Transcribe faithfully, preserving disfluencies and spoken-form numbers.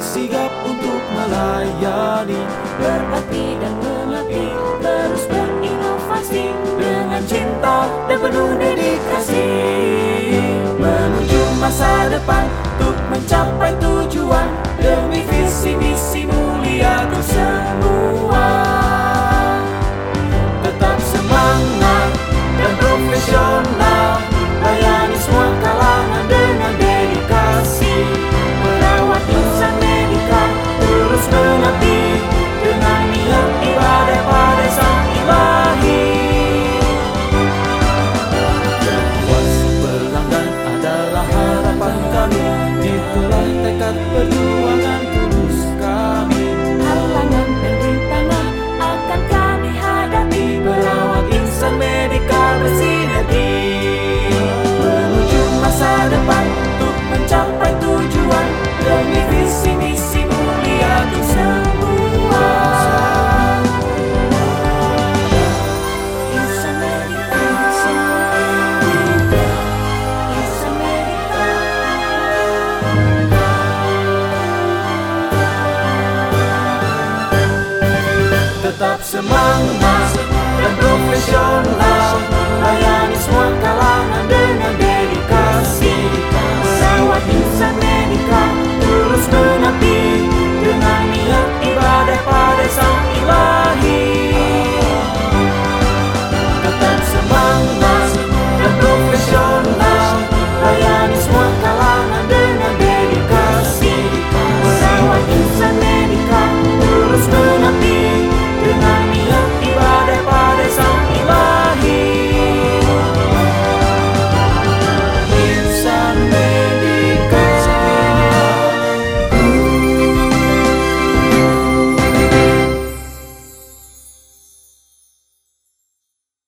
sigap untuk melayani, berbakti dan mengabdi, terus berinovasi dengan cinta dan penuh dedikasi, menuju masa depan untuk mencapai tujuan demi visi misi mulia untuk semua. Tetap semangat dan profesional, layani semua kalangan dengan dedikasi, merawat insan medikal, terus mengabdi dengan niat ibadah pada Sang Ilahi. Puas pelanggan adalah harapan kami, itulah tekad perjuangan tulus kami. halangan dan rintangan akan kami hadapi, Merawat insan medikal bersinergi, menuju masa depan untuk mencapai tujuan demi visi misi mulia untuk semua. insan medikal, insan medikal. Tetap semangat dan profesional,